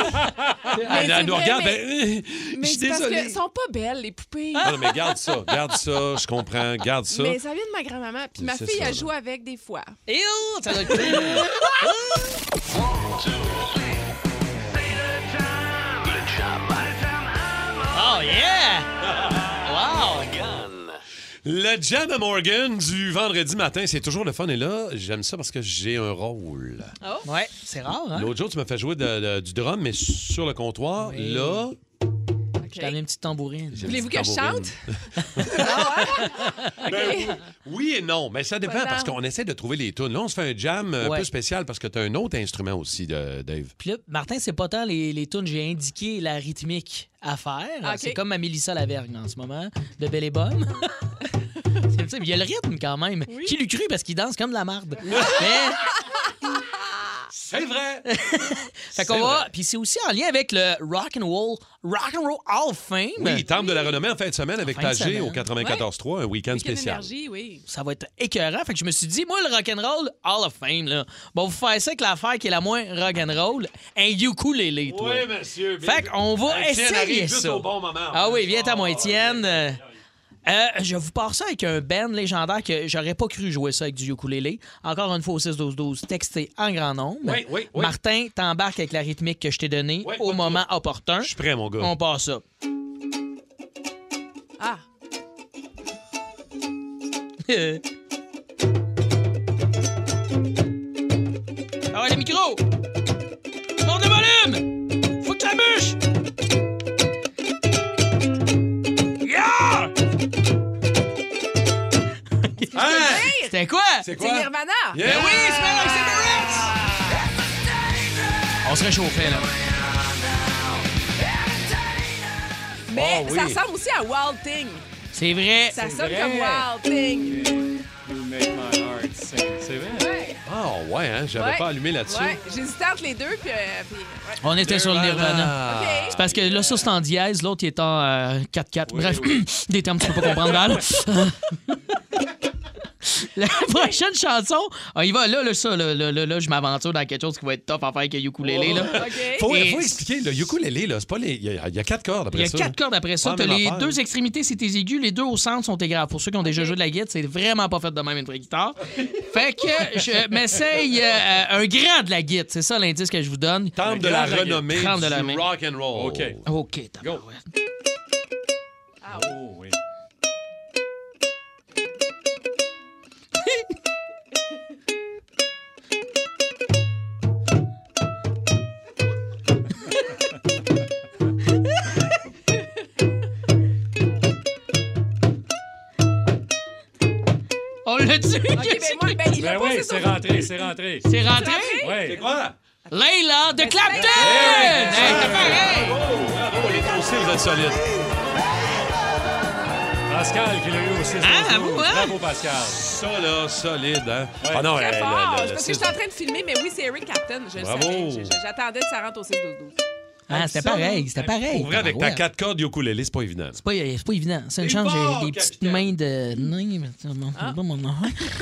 Elle nous regarde, mais je suis c'est parce désolé. qu'elles sont pas belles, les poupées. Non, mais garde ça, je comprends, garde ça. Mais ça vient de ma grand-maman. Puis ma C'est fille, ça, elle là. joue avec des fois. Et ça doit être cool. Oh yeah! Wow! Le Jam à Morgan du vendredi matin, c'est toujours le fun. Et là, j'aime ça parce que j'ai un rôle. Oh. Ouais, c'est rare, hein? L'autre jour, tu m'as fait jouer du drum, mais sur le comptoir. Oui. Là, Je t'avais une petite tambourine. Voulez-vous que je chante? oui et non, mais ça dépend Voilà. parce qu'on essaie de trouver les tunes. Là, on se fait un jam un peu spécial parce que tu as un autre instrument aussi, Dave. Puis là, Martin, c'est pas tant les tunes, j'ai indiqué la rythmique à faire. OK. C'est comme ma Mélissa Lavergne en ce moment, de Belle et Bonne. Il y a le rythme quand même. Oui. Qui l'eût cru parce qu'il danse comme de la marde. Mais... C'est vrai! Fait qu'on va. Puis c'est aussi en lien avec le Rock and Roll Hall of Fame. Oui, temple de la renommée en fin de semaine avec En fin de Pagé semaine. au 94.3, un week-end Week-end spécial. énergie, oui. Ça va être écœurant. Fait que je me suis dit, moi, le Rock and Roll Hall of Fame, là, bon, vous faire ça avec l'affaire qui est la moins rock and roll, un ukulélé, toi. Oui, monsieur. Fait qu'on va Étienne arrive essayer juste ça. au bon moment. Ah oui, viens à moi, Étienne. Je vous pars ça avec un band légendaire que j'aurais pas cru jouer ça avec du ukulélé. Encore une fois au 6-12-12, texté en grand nombre. Oui. Martin, t'embarques avec la rythmique que je t'ai donnée Oui, au pas moment opportun. Je suis prêt, mon gars. On part ça. Ah! Ah ouais, le micro! Monte le volume! Faut que la bûche! Yeah! C'était quoi? C'est C'est quoi? Nirvana! Yeah! Ben oui, Smell Like Cigarettes! On se réchauffait, là. Mais Oh, oui. ça ressemble aussi à Wild Thing. C'est vrai. Ça sonne comme Wild Thing. You make my heart sing. C'est vrai? Ouais. Ah, ouais, hein? J'avais Ouais. pas allumé là-dessus. Ouais, j'hésitais entre les deux, puis ouais. On était sur le Nirvana. OK. C'est parce que là, ça, c'est en dièse, l'autre, il est en 4-4. Bref, des termes que tu peux pas comprendre, Val. La prochaine chanson, il va là, je m'aventure dans quelque chose qui va être tough à faire avec le ukulélé. Là. OK. Faut Et- expliquer, le ukulélé, là, c'est pas les... Il y a 4 cordes Il y après a ça. 4 cordes après ça. Pas T'as la même les affaire. 2 extrémités, c'est tes aigus. Les 2 au centre sont tes graves. Pour ceux qui ont déjà joué de la guitare, c'est vraiment pas fait de même une vraie guitare. Fait que je m'essaye un grand de la guitare. C'est ça l'indice que je vous donne. Temple de la renommée Temple de la du main. rock and roll. OK. OK, tabarouette. Oh, oui. On l'a dit. OK, ben moi, ben, il a oui, passé c'est son... rentré, c'est rentré. C'est rentré? Oui. C'est quoi? Layla de Clapton! Hey, T'es pareil! Bravo, les dossiers, vous êtes solides. Pascal qui l'a eu au 6 vous, hein? Bravo, Pascal. Ça, là, solide, hein? Ouais. Ah non, Très fort. Parce que six- j'étais en train de filmer, mais oui, c'est Eric Clapton. Je le Bravo. savais. J'attendais que ça rentre au 6-12-12. Ah, c'était pareil, c'était pareil. Pour vrai, avec ta Ouais. 4 cordes ukulélé, c'est pas évident. C'est pas évident. C'est une C'est chance, fort, j'ai des petites capitaine. mains de. Non, c'est pas mon nom.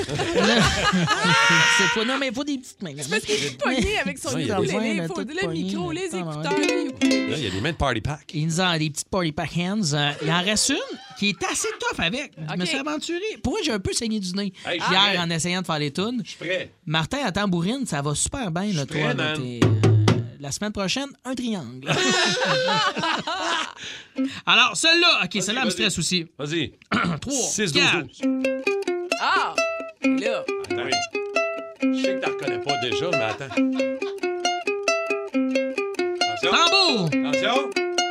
C'est pas. Non, mais pas des petites mains. Parce qu'il est pogné avec son Ouais, il y a des- ukulélé. Ouais, Il faut tout le micro, pogné, les attends, écouteurs, le ukulélé. Là, il y a des mains de party pack. Il nous a des petites party pack hands. Il en reste une qui est assez tough avec. Je me suis aventuré. Pour moi, j'ai un peu saigné du nez Hey, je suis hier prêt. en essayant de faire les tunes. Je suis prêt. Martin, à tambourine, ça va super bien, là, suis toi. prêt, là, man. t'es, la semaine prochaine, un triangle. Alors, celle-là, OK, celle-là me vas-y. stresse aussi. Vas-y. 3, 6, 12, 4. 12. Ah! Là. Attends. Je sais que t'en reconnais pas déjà, mais attends. Attention. Tambour! Attention.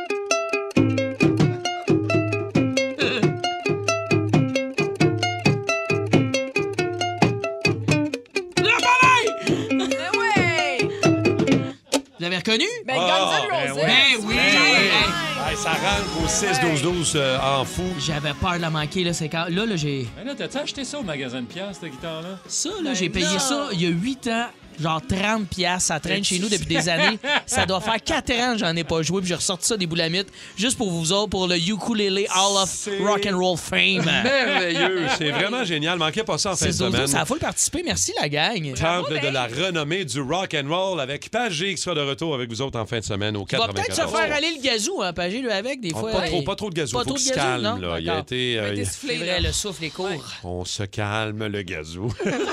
Le balai! Ben ouais! Vous l'avez reconnu? Ben, Guns N' ben Roses. ouais. Ben oui! Hey, ça rentre au 6-12-12 en fou. J'avais peur de la manquer, là. C'est quand... Là, j'ai... Mais là, t'as-tu acheté ça au magasin de pièces, cette guitare-là? Ça, là, Ben j'ai payé non. ça il y a 8 ans. Genre 30 piastres. Ça traîne chez nous depuis des années. Ça doit faire 4 ans que j'en ai pas joué. Puis j'ai ressorti ça des boulamites juste pour vous autres, pour le Ukulele Hall of C'est Rock and Roll Fame. Merveilleux. C'est vraiment génial. Manquez pas ça en fin de C'est Zozo, semaine. ça a full participé. Merci, la gang. Temple de la renommée du rock and roll avec Pagé qui sera de retour avec vous autres en fin de semaine au Il va 94. peut-être se faire aller le gazou, hein, Pagé, lui, avec, des Oh, fois. pas trop de gazou. Pas Faut trop qu'il de se gazou, calme. non? Là. Il a D'accord. été, Il a été C'est soufflé, vrai, là. le souffle est court. On se calme, le gazou.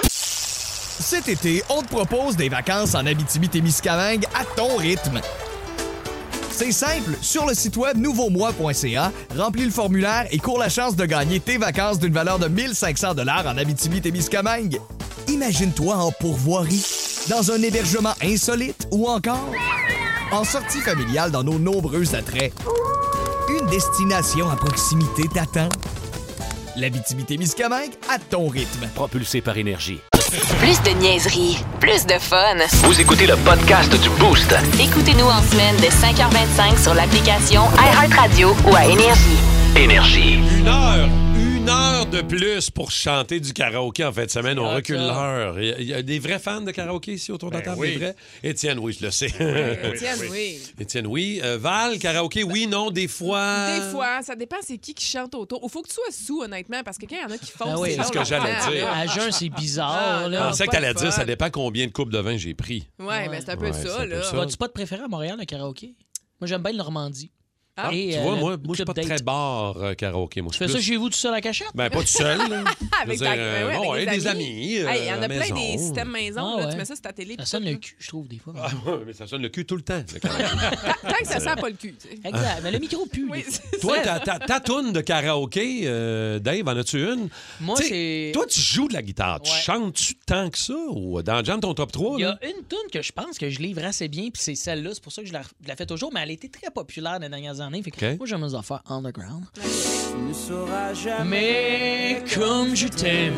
Cet été, on te propose des vacances en Abitibi-Témiscamingue à ton rythme. C'est simple, sur le site web nouveaumois.ca, remplis le formulaire et cours la chance de gagner tes vacances d'une valeur de 1500 $ en Abitibi-Témiscamingue. Imagine-toi en pourvoirie, dans un hébergement insolite ou encore en sortie familiale dans nos nombreux attraits. Une destination à proximité t'attend. L'Abitibi-Témiscamingue à ton rythme. Propulsé par Énergie. Plus de niaiserie, plus de fun. Vous écoutez le podcast du Boost. Écoutez-nous en semaine de 5h25 sur l'application iHeartRadio ou à Énergie. Énergie. Une heure de plus pour chanter du karaoké en fin de semaine. On recule ça. l'heure. Il y a des vrais fans de karaoké ici autour de la table, oui. des vrais? Étienne, oui, je le sais. Étienne, oui. Étienne, oui. Val, karaoké, oui, non, des fois. Des fois, ça dépend c'est qui chante autour. Il faut que tu sois sous, honnêtement, parce que quand il y en a qui font... Ah oui, c'est ce que j'allais dire. À jeun, c'est bizarre, Je là. pensais que pas t'allais de dire, fun. ça dépend combien de coupes de vin j'ai pris. Ouais, ben c'est un peu Ouais, c'est ça, un peu là. ça. Vas-tu pas te préférer à Montréal, le karaoké? Moi, j'aime bien le Normandie. Ah, Et, Tu vois, le moi, je suis club pas date. très bar karaoké. Moi, Tu fais ça chez vous tout seul à la cachette? Ben, pas tout seul. là. Je veux Avec dire, ta... ben ouais, bon, avec ouais, des amis. Hey, il y en à a la plein maison. des systèmes maison. Ah là. ouais. Tu mets ça sur ta télé. Ça puis sonne tout, le là. cul, je trouve, des fois. Ah, ouais, mais ça sonne le cul tout le temps. le karaoké. Tant que ça sent pas le cul, tu sais. Exact. Mais le micro pue. Oui, des fois. c'est Toi, ça. ta toune de karaoké, Dave, en as-tu une? Moi, Tu sais, c'est... Toi, tu joues de la guitare. Tu Ouais. chantes-tu tant que ça? Ou dans Jam, ton top 3? Il y là? a une tune que je pense que je livre assez bien, puis c'est celle-là. C'est pour ça que je la fais toujours, mais elle a été très populaire dans les dernières années. Fait que OK. moi, j'aime les affaires underground. Tu ne sauras jamais comme je t'aime.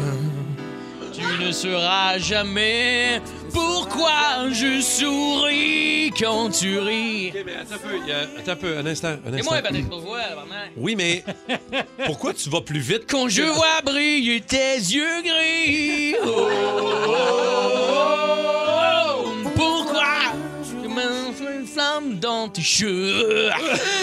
Tu ne sauras jamais pourquoi je souris quand tu ris. OK, mais attends un peu, un instant. Et moi, Patrick Bourgeois, vraiment. Oui, mais pourquoi tu vas plus vite? Quand je vois briller tes yeux gris. Oh, oh, oh, oh, pourquoi je m'enflamme dans tes cheveux?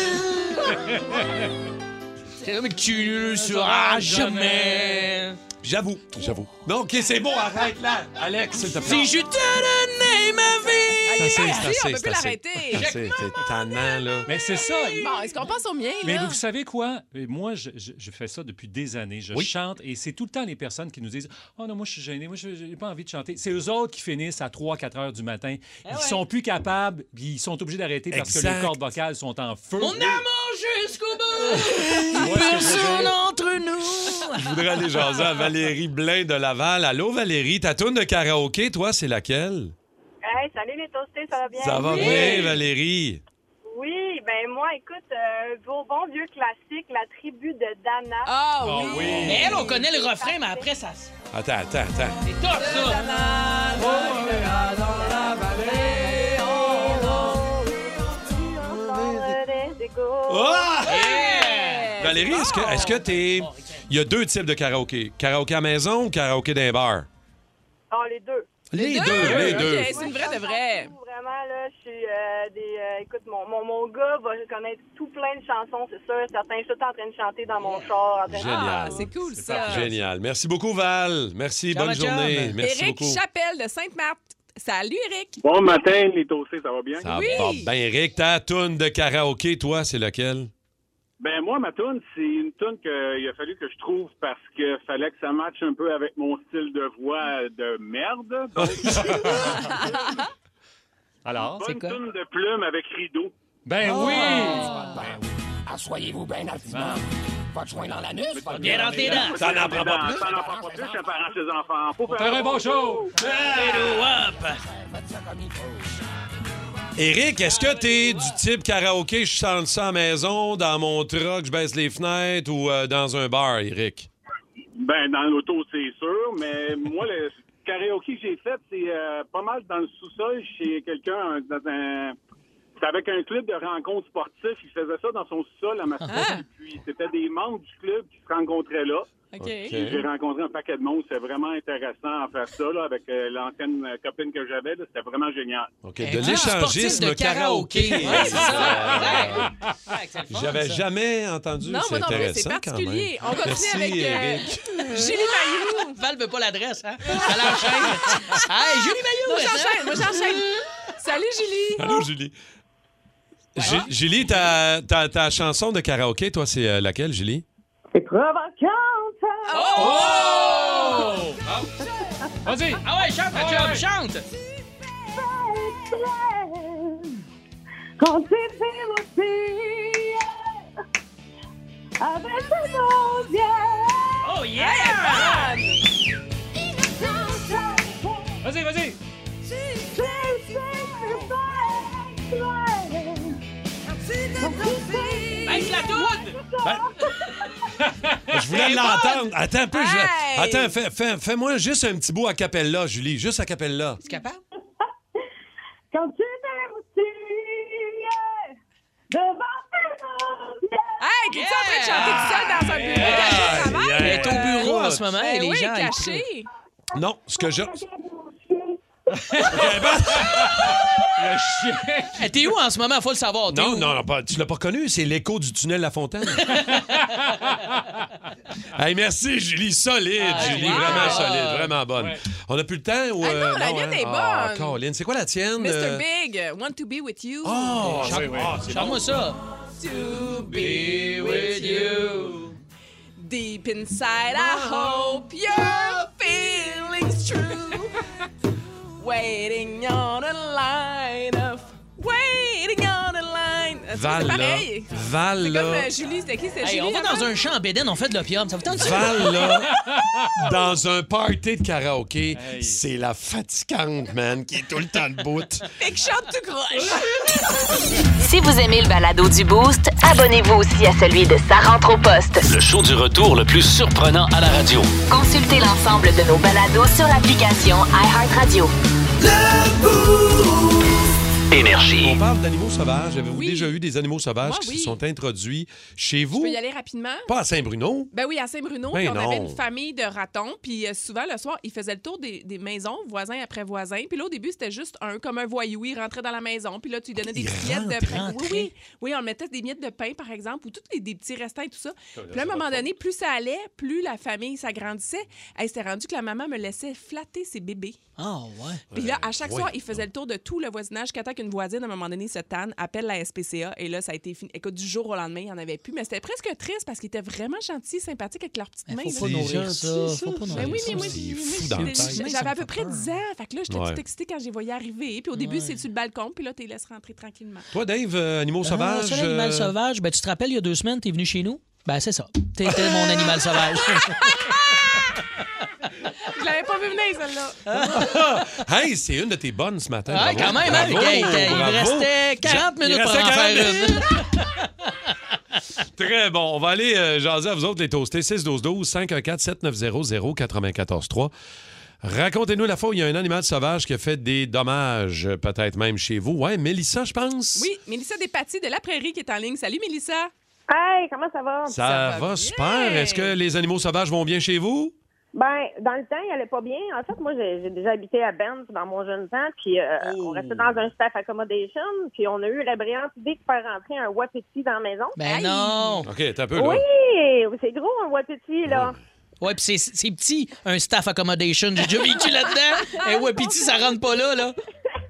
Mais tu ne le sauras jamais. J'avoue. Non, OK, c'est bon, arrête là. Alex, s'il te plaît. Si je te donnais ma vie. C'est Merci, on peut plus c'est l'arrêter. C'est tannant, là. Mais c'est ça. Bon, est-ce qu'on pense au mien, Mais là? vous savez quoi? Moi, je fais ça depuis des années. Je chante et c'est tout le temps les personnes qui nous disent « Oh non, moi, je suis gêné. Moi, je n'ai pas envie de chanter. » C'est eux autres qui finissent à 3-4 heures du matin. Ils sont plus capables, puis ils sont obligés d'arrêter parce que Exact. les cordes vocales sont en feu. Mon amour jusqu'au bout. vois ce que je veux Personne dire? entre nous. Je voudrais aller jaser à Valérie Blain de Laval. Allô, Valérie, ta toune de karaoké, toi, c'est laquelle? Hey, salut les toastés, ça va bien? Ça va bien, Valérie? Oui, ben moi, écoute, vos bons vieux classiques, La tribu de Dana. Ah Ah oui! oui. Mais elle, on connaît le refrain, mais après, ça... Attends. C'est top, ça! Valérie, est-ce que t'es... Il y a 2 types de karaoké. Karaoké à maison ou karaoké dans un bar? Ah, les deux. Les deux. Okay, c'est une vraie de vraie. Vraiment, là, je suis écoute, mon gars va connaître tout plein de chansons, c'est sûr. Certains, je suis tout le temps en train de chanter dans mon char. Génial. C'est cool, ça. Génial. Merci beaucoup, Val. Merci, bonne journée. Merci Éric beaucoup. Chapelle de Sainte-Marthe. Salut, Éric. Bon matin, les toastés, ça va bien? Ça va bien, Éric. Ta toune de karaoké, toi, c'est laquelle? Ben moi, ma toune, c'est une toune qu'il a fallu que je trouve parce que fallait que ça matche un peu avec mon style de voix de merde. Donc, alors, c'est quoi? Une toune de plume avec rideau. Ben oui! Assoyez-vous bien activement. Votre joint dans l'anus. Bien dans tes dents. Ça n'en prend pas plus. Ça n'en prend pas plus. Je suis un parent de ses enfants. Faut faire un bon show! Éric, est-ce que t'es du type karaoké, je chante ça à la maison, dans mon truck, je baisse les fenêtres ou dans un bar, Éric? Ben, dans l'auto, c'est sûr, mais moi, le karaoké que j'ai fait, c'est pas mal dans le sous-sol chez quelqu'un, c'était avec un club de rencontres sportifs. Il faisait ça dans son sous-sol à Mascouche. Puis c'était des membres du club qui se rencontraient là. Okay. J'ai rencontré un paquet de monde. C'était vraiment intéressant à faire ça là, avec l'ancienne copine que j'avais. Là. C'était vraiment génial. OK, de l'échangisme karaoké. Ouais, c'est ça. J'avais jamais entendu. Non, c'est moi non plus, intéressant c'est particulier. quand même. On continue avec Julie Mailloux. Val veut pas l'adresse, hein? Elle enchaîne. Hey, Julie Mailloux! Moi, j'enchaîne. Salut, Julie. Allô, Julie. Julie, ta chanson de karaoké, toi, c'est laquelle, Julie? C'est provocante. Oh! Vas-y! Ah ouais, chante, la chum, chante! Quand tu t'aimes aussi, avec nos yeux. Oh yeah! Vas-y! Baisse la toune! Je voulais l'entendre. Attends un peu. Attends, fais-moi juste un petit bout a cappella, Julie. Juste a cappella. Tu es capable? Quand tu t'aimes aussi, devant tes yeux. Hey, t'es-tu en train de chanter tout seul dans un bureau caché au travail? Elle est au bureau en ce moment et les oui, gens... caché. Non, ce que je... Le chien! T'es où en ce moment? Faut le savoir. Non, tu l'as pas reconnu. C'est l'écho du tunnel La Fontaine. Hey, merci, Julie. Solide, Julie. wow. Vraiment solide. Vraiment bonne. Ouais. On a plus le temps? Ou, non, la mienne est bonne. Caroline, c'est quoi la tienne? Mr. Big, Want to be with you. Oh, Chante-moi ça. To be with you. Deep inside, I hope your feelings true. Waiting on a line of... Waiting on a line... Val, pareil. Val, C'est là. comme Julie, c'était qui? C'était Hey, Julie on va avant? dans un champ en bédaine, on fait de l'opium. Ça vous tente? Val, là, dans un party de karaoké, c'est la fatigante, man, qui est tout le temps debout. Fait que chante tout croche. Si vous aimez le balado du Boost, abonnez-vous aussi à celui de Sa rentre au poste. Le show du retour le plus surprenant à la radio. Consultez l'ensemble de nos balados sur l'application iHeartRadio. Énergie. On parle d'animaux sauvages. Avez-vous Oui. déjà eu des animaux sauvages Moi, qui oui. se sont introduits chez Je vous? peux y aller rapidement? Pas à Saint-Bruno. Ben oui, à Saint-Bruno, Ben puis on non. avait une famille de ratons, puis souvent, le soir, ils faisaient le tour des maisons, voisin après voisin. Puis là, au début, c'était juste comme un voyou. Il rentrait dans la maison, puis là, tu lui donnais des Il petites miettes de pain. rentrait? Oui, on mettait des miettes de pain, par exemple, ou tous des petits restants et tout ça. Puis là, à un moment donné, plus ça allait, plus la famille s'agrandissait. Hey, c'était rendu que la maman me laissait flatter ses bébés. Ah, ouais. Puis là, à chaque soir, il faisait le tour de tout le voisinage jusqu'à temps qu'une voisine, à un moment donné, se tanne, appelle la SPCA. Et là, ça a été fini. Écoute, du jour au lendemain, il n'y en avait plus. Mais c'était presque triste parce qu'ils étaient vraiment gentils, sympathiques avec leurs petites mains. Faut pas là. nourrir ça. Faut pas Ben nourrir oui, ça. mais moi, C'est fou dans la tête. j'avais à peu près 10 ans. Fait que là, j'étais Ouais. toute excitée quand j'ai voyé arriver. Puis au début, c'est sur le balcon. Puis là, tu les laisses rentrer tranquillement. Toi, Dave, animaux sauvages? Ça, l'animal sauvage, ben, tu te rappelles, il y a 2 semaines, t'es venu chez nous? Ben, c'est ça. T'étais mon animal sauvage. Je l'avais pas vu venir, celle-là. Hey, c'est une de tes bonnes ce matin. Ah, bravo. quand même, hein, Bravo, il bravo. restait 40 minutes pour en faire une. Très bon. On va aller jaser à vous autres, les toastés. 612-12-514-7900-943. Racontez-nous la fois où il y a un animal sauvage qui a fait des dommages, peut-être même chez vous. Ouais, Mélissa, je pense. Oui, Mélissa Despatie de La Prairie qui est en ligne. Salut, Mélissa. Hey, comment ça va? Ça va super. Est-ce que les animaux sauvages vont bien chez vous? Ben, dans le temps, il allait pas bien. En fait, moi, j'ai déjà habité à Benz dans mon jeune temps, puis on restait dans un staff accommodation, puis on a eu la brillante idée de faire rentrer un wapiti dans la maison. Ben non! OK, t'as un peu, là. Oui, c'est gros, un wapiti, là. Ouais, puis c'est petit, un staff accommodation. J'ai déjà vécu là-dedans. Un wapiti, ça rentre pas là. Ça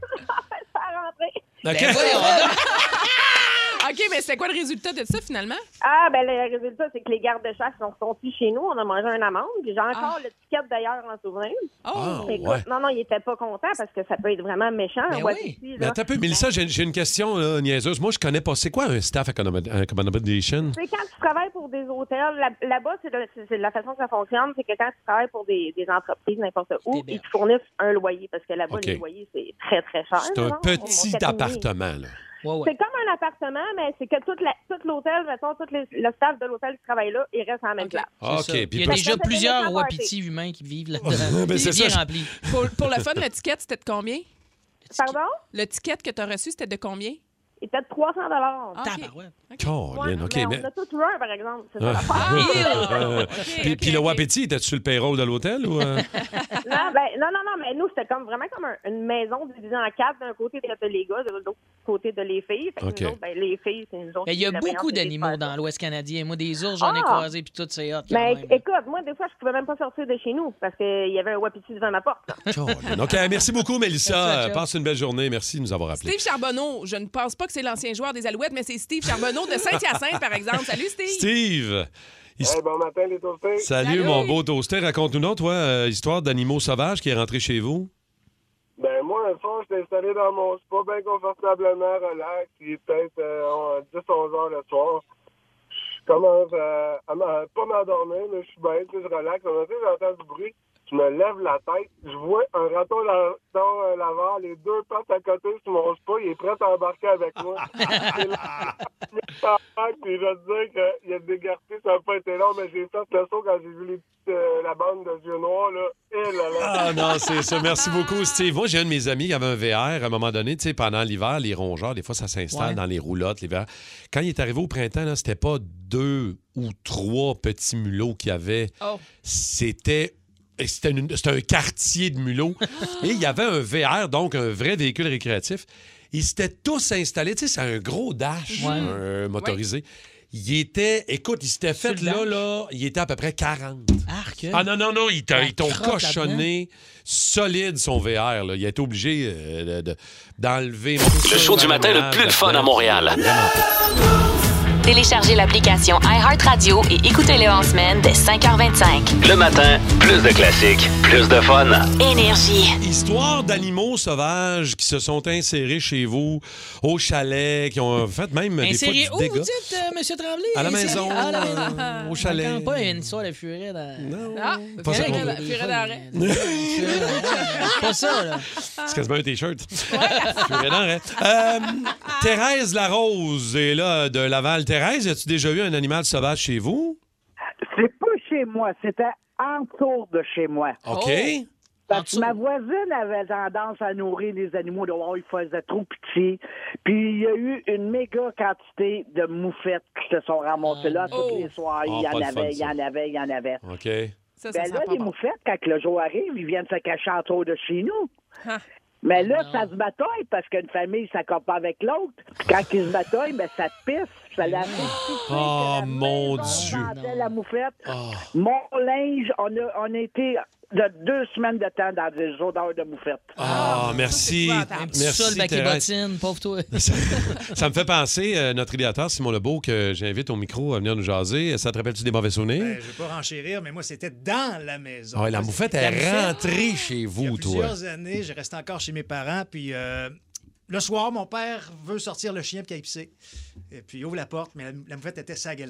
a rentré. OK. Ben voyons donc. OK, mais c'est quoi le résultat de ça, finalement? Ah, ben le résultat, c'est que les gardes-chasse sont sortis chez nous. On a mangé un amande. Puis j'ai encore l'étiquette, d'ailleurs, en souvenir. Écoute, ouais. Non, il était pas content parce que ça peut être vraiment méchant, un wapiti, Mais là. attends un peu, Mélissa, j'ai une question là, niaiseuse. Moi, je connais pas. C'est quoi un staff accommodation? C'est quand tu travailles pour des hôtels. Là-bas, c'est la façon que ça fonctionne. C'est que quand tu travailles pour des entreprises, n'importe où, ils te fournissent un loyer. Parce que là-bas, OK. les loyers, c'est très, très cher. C'est un genre. petit Mon appartement, là. C'est comme un appartement, mais c'est que tout l'hôtel, mettons, le staff de l'hôtel qui travaille là, il reste en même place. OK. Il Puis y a déjà plusieurs wapitis humains qui vivent là-dedans. Ben, c'est bien ça. rempli. Pour le fun, le ticket, c'était de combien? Pardon? Le ticket que tu as reçu, c'était de combien? Il était de 300 Tabarouette. Colin, OK. mais mais- on a tous eu un, par exemple. C'est ça Ah, l'affaire. Puis le wapiti, était sur le payroll de l'hôtel ou... Non, mais nous, c'était comme vraiment comme une maison divisée en quatre. D'un côté, c'était les gars, de l'autre côté, de les filles. Fait que OK. nous autres, les filles, c'est nous autres. Mais il y a qui beaucoup devrions d'animaux faire ça. dans l'Ouest canadien. Moi, des ours, j'en ai Ah! croisé, puis tout, c'est hot quand Mais même. écoute, moi, des fois, je pouvais même pas sortir de chez nous parce qu'il y avait un wapiti devant ma porte. là. Colin. OK, merci beaucoup, Mélissa. Merci, Passe une belle journée. Merci de nous avoir appelés. Steve Charbonneau, je ne pense pas que c'est l'ancien joueur des Alouettes, mais c'est Steve Charbonneau de Saint-Hyacinthe, par exemple. Salut, Steve. Steve! Bon matin, les toastés. Salut, mon beau toaster. Raconte-nous donc, toi, histoire d'animaux sauvages qui est rentré chez vous. Ben, moi, un soir, j'étais installé dans mon spa bien confortablement, relax. Il est peut-être 10-11 heures le soir. Je commence à pas m'endormir, mais je suis bien, tu sais, je relaxe. À un moment donné, j'entends du bruit. Je me lève la tête. Je vois un raton laveur, les deux pattes à côté sur mon spa. Il est prêt à embarquer avec moi. Puis je vais te dire qu'il a dégarté, ça n'a pas été long, mais j'ai fait le saut quand j'ai vu la bande de yeux noirs, là. Et là, là. Ah non, c'est ça. Merci beaucoup, Steve. Moi, j'ai un de mes amis qui avait un VR à un moment donné. Tu sais, pendant l'hiver, les rongeurs, des fois, ça s'installe dans les roulottes, les VR. Quand il est arrivé au printemps, là, c'était pas 2 ou 3 petits mulots qu'il y avait. C'était un quartier de mulots. Et il y avait un VR, donc un vrai véhicule récréatif. Ils s'étaient tous installés. Tu sais, c'est un gros dash motorisé. Il était... Écoute, il s'était fait là, il était à peu près 40. Arc. Ah non, ils t'ont crotte cochonné solide son VR. Là. Il a été obligé d'enlever... Le show du matin le plus le fun à Montréal. Téléchargez l'application iHeartRadio et écoutez-le en semaine dès 5h25. Le matin, plus de classiques, plus de fun. Énergie. Histoire d'animaux sauvages qui se sont insérés chez vous, au chalet, qui ont fait même des fois Inséré du où, dégât. vous dites, M. Tremblay? À la Inséré maison, à la maison. au chalet. Quand pas une histoire de furet dans... Non, Ah, pas ça. furet d'arrêt. Pas ça, là. C'est quasiment un T-shirt. Furet d'arrêt. Thérèse Larose est là de Laval. Thérèse, as-tu déjà eu un animal sauvage chez vous? C'est pas chez moi, c'était autour de chez moi. OK. Parce que ma voisine avait tendance à nourrir les animaux dehors, ils faisaient trop pitié. Puis il y a eu une méga quantité de moufettes qui se sont ramassées là tous les soirs. Il y en avait. OK. Ça Ben là, les moufettes, quand le jour arrive, ils viennent se cacher autour de chez nous. Ah. Mais là, ça se bataille parce qu'une famille ne s'accorde pas avec l'autre. Puis quand ils se bataillent, ben, ça pisse. Ça la Oh, mon Dieu. La moufette. Mon linge, on a été de 2 semaines de temps dans des odeurs de moufette. Ah, merci. Un petit Merci, sol avec les Thérèse. bottines, pauvre toi. Ça me fait penser, notre idéateur, Simon Lebeau, que j'invite au micro à venir nous jaser. Ça te rappelle-tu des mauvais souvenirs? Je ne vais pas renchérir, mais moi, c'était dans la maison. Ah, la moufette est rentrée chez vous, Il y a toi. plusieurs années, je restais encore chez mes parents, puis le soir, mon père veut sortir le chien pour qu'il aille pisser. Et puis il ouvre la porte, mais la moufette était sa galerie.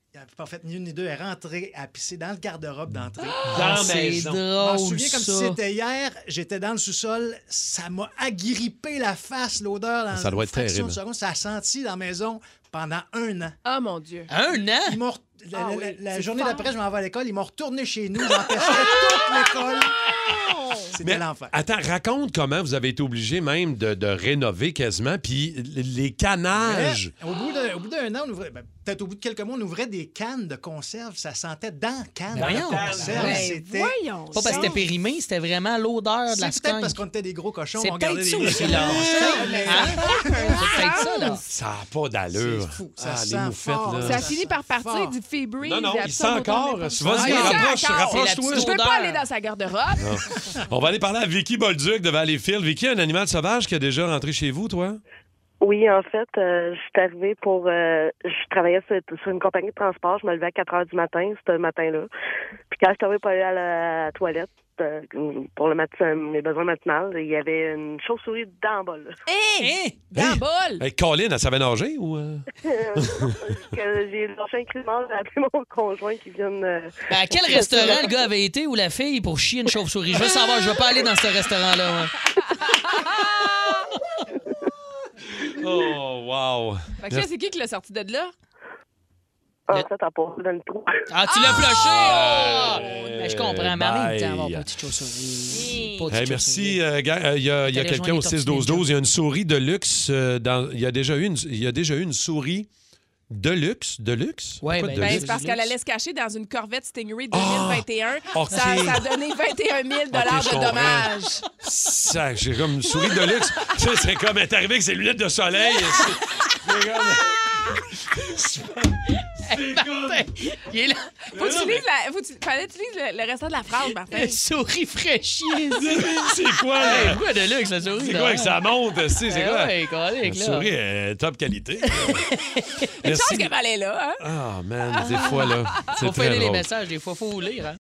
n'a pas fait ni une ni deux. Elle est rentrée à pisser dans le garde-robe d'entrée. C'est Je m'en drôle, souviens comme ça. si c'était hier. J'étais dans le sous-sol. Ça m'a agrippé la face, l'odeur. Dans Ça doit une être fraction terrible. de seconde. Ça a senti dans la maison pendant 1 an. Ah, mon Dieu. 1 an? Ils m'ont oui, la c'est journée fort. d'après, je m'en vais à l'école. Ils m'ont retourné chez nous. J'empêchais toute l'école. C'était Mais l'enfer. attends, raconte comment vous avez été obligé même de rénover quasiment, puis les canages. Mais, au bout d'un an, on ouvrait, peut-être au bout de quelques mois, on ouvrait des cannes de conserve. Ça sentait dans la canne. Voyons. de conserve. Ben, C'était voyons. Pas parce que c'était périmé, c'était vraiment l'odeur de la C'est peut-être skunk. parce qu'on était des gros cochons. C'est on peut-être gardait ça des aussi, là. C'est peut-être ça, là. Ça n'a pas d'allure. C'est fou. Ça Ah, les sent moufettes, fort. là. Ça finit par partir Fort. du Febreze. Non, et il sent absorbe encore. autant de- Vas-y, Ah, il rapproche, sent encore. rapproche-toi. Je peux pas aller dans sa garde-robe. On va aller parler à Vicky Bolduc de Valleyfield. Vicky, un animal sauvage qui a déjà rentré chez vous, toi? Oui, en fait, je suis arrivée pour... je travaillais sur une compagnie de transport. Je me levais à 4 heures du matin, ce matin-là. Puis quand je suis arrivée pour aller à la toilette, pour mes besoins matinaux, il y avait une chauve-souris dans le bol. Hé! Dans le bol! Hey, Colin, elle savait nager ou... J'ai lâché un cri de mort, j'ai appelé mon conjoint qui vient Ben, à quel restaurant le gars avait été ou la fille pour chier une chauve-souris? Je veux savoir, je veux pas aller dans ce restaurant-là. moi. Oh, wow! Fait que là, c'est qui l'a sorti de là? En fait, elle part dans le trou. Ah, tu l'as flushé! Ah! Ouais. Ben, je comprends, mais en même temps, Bye. avoir pas de petite chauve-souris. Pas de Hey, petite merci. chauve-souris. Gars, il y a T'allais quelqu'un joindre au les tortues 6-12-12. Il y a une souris de luxe. Il y a déjà eu une souris de luxe. De luxe? Ouais, Pourquoi ben, de Ben, luxe? c'est parce qu'elle allait se cacher dans une Corvette Stingray 2021. OK. Ça a donné 21 000 OK, je de comprends. dommages. Ça, j'ai comme une souris de luxe. Ça, c'est comme être arrivé avec ses lunettes de soleil. C'est comme... Martin, il est là. Faut que tu lises fallait que tu lises le restant de la phrase, Martin. Souris fraîchier. C'est quoi? Hey, quoi de luxe, la souris? C'est là? quoi que ça monte? C'est Eh quoi? ouais, colique, La là. souris est top qualité. Une chance Merci. qu'elle allait là, hein? Ah, man, des fois, là. C'est Faut très faire les drôle. messages, des fois, faut vous lire. Hein?